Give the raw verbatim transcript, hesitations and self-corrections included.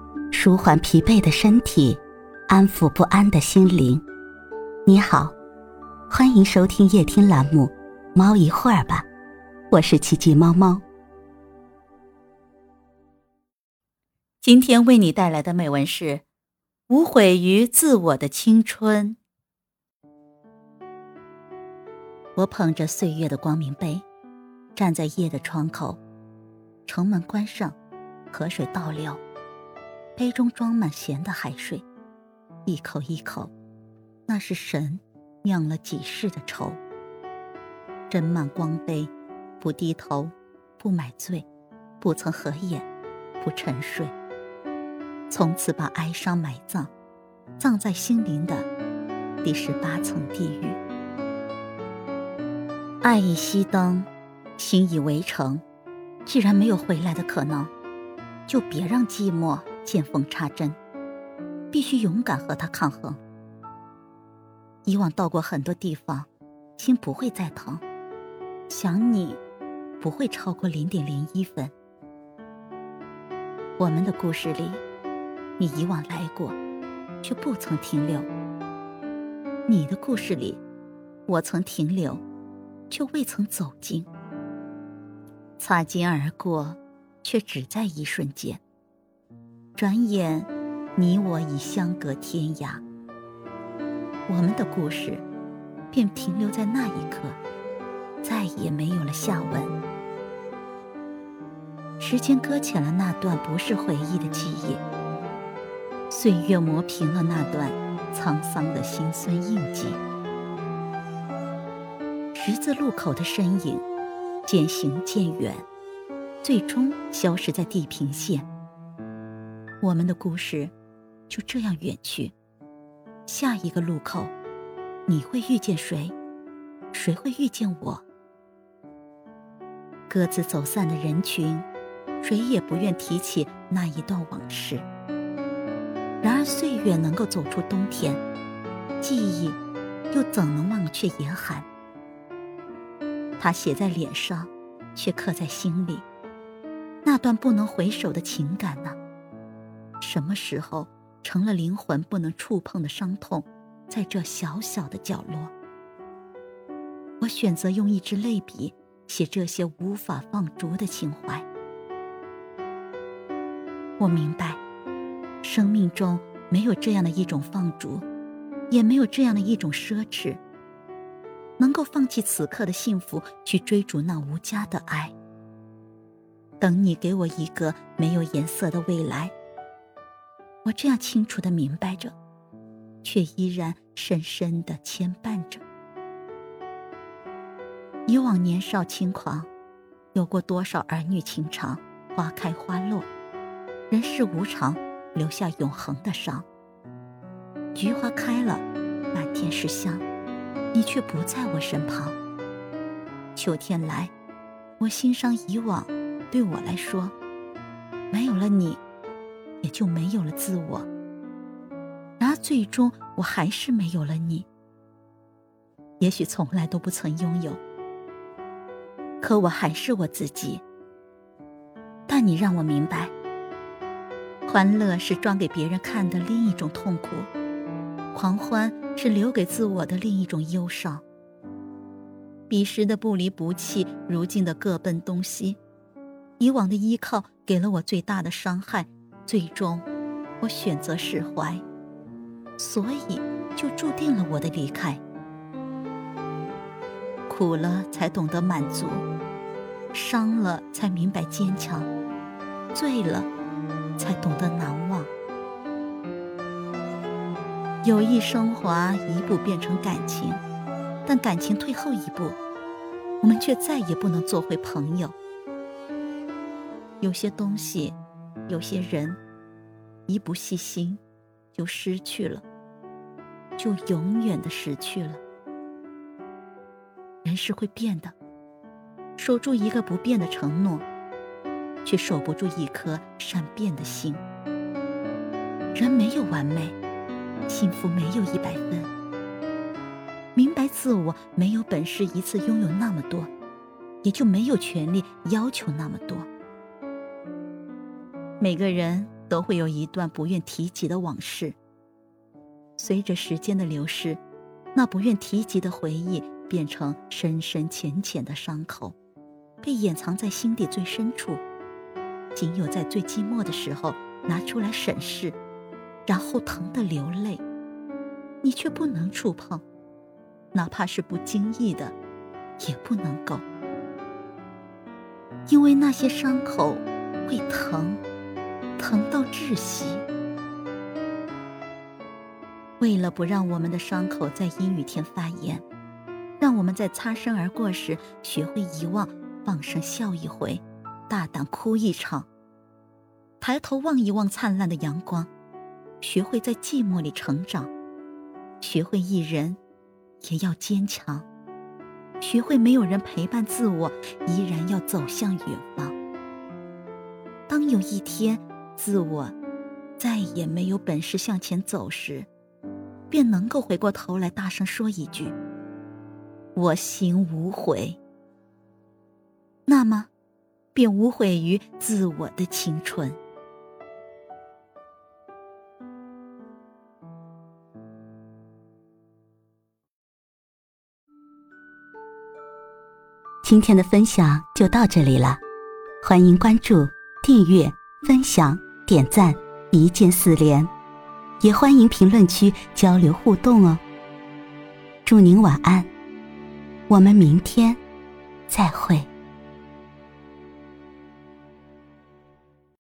舒缓疲惫的身体，安抚不安的心灵。你好，欢迎收听夜听栏目《猫一会儿吧》，我是奇迹猫猫。今天为你带来的美文是无悔于自我的青春。我捧着岁月的光明杯，站在夜的窗口，城门关上，河水倒流，杯中装满咸的海水，一口一口，那是神酿了几世的愁。斟满光杯，不低头，不买醉，不曾合眼，不沉睡，从此把哀伤埋葬，葬在心灵的第十八层地狱。爱已熄灯，心已围城，既然没有回来的可能，就别让寂寞见缝插针，必须勇敢和它抗衡。以往到过很多地方，心不会再疼，想你不会超过 零点零一 分。我们的故事里，你以往来过，却不曾停留；你的故事里，我曾停留，却未曾走进。擦肩而过，却只在一瞬间，转眼你我已相隔天涯。我们的故事便停留在那一刻，再也没有了下文。时间搁浅了那段不是回忆的记忆，岁月磨平了那段沧桑的辛酸印记。十字路口的身影渐行渐远，最终消失在地平线。我们的故事就这样远去，下一个路口，你会遇见谁？谁会遇见我？各自走散的人群，谁也不愿提起那一段往事。然而岁月能够走出冬天，记忆又怎能忘却严寒？它写在脸上，却刻在心里。那段不能回首的情感呢？什么时候成了灵魂不能触碰的伤痛，在这小小的角落？我选择用一支泪笔写这些无法放逐的情怀。我明白，生命中没有这样的一种放逐，也没有这样的一种奢侈，能够放弃此刻的幸福，去追逐那无价的爱。等你给我一个没有颜色的未来，我这样清楚地明白着，却依然深深地牵绊着。以往年少轻狂，有过多少儿女情长，花开花落，人世无常，留下永恒的伤。菊花开了，满天是香，你却不在我身旁。秋天来，我欣赏以往，对我来说，没有了你，也就没有了自我。然而最终我还是没有了你，也许从来都不曾拥有，可我还是我自己。但你让我明白，欢乐是装给别人看的另一种痛苦，狂欢是留给自我的另一种忧伤。彼时的不离不弃，如今的各奔东西，以往的依靠给了我最大的伤害，最终我选择释怀，所以就注定了我的离开。苦了才懂得满足，伤了才明白坚强，醉了才懂得难忘。友谊升华一步变成感情，但感情退后一步，我们却再也不能做回朋友。有些东西，有些人，一不细心就失去了，就永远的失去了。人是会变的，守住一个不变的承诺，却守不住一颗善变的心。人没有完美，幸福没有一百分。明白自我没有本事一次拥有那么多，也就没有权利要求那么多。每个人都会有一段不愿提及的往事。随着时间的流逝，那不愿提及的回忆变成深深浅浅的伤口，被掩藏在心底最深处，仅有在最寂寞的时候拿出来审视，然后疼得流泪，你却不能触碰，哪怕是不经意的也不能够，因为那些伤口会疼，疼到窒息。为了不让我们的伤口在阴雨天发炎，让我们在擦身而过时学会遗忘，放声笑一回，大胆哭一场，抬头望一望灿烂的阳光，学会在寂寞里成长，学会一人也要坚强，学会没有人陪伴自我，依然要走向远方。当有一天自我再也没有本事向前走时，便能够回过头来大声说一句：我心无悔。那么便无悔于自我的青春。 今天的分享就到这里了，欢迎关注、订阅、分享、点赞，一键四连，也欢迎评论区交流互动哦。祝您晚安，我们明天再会。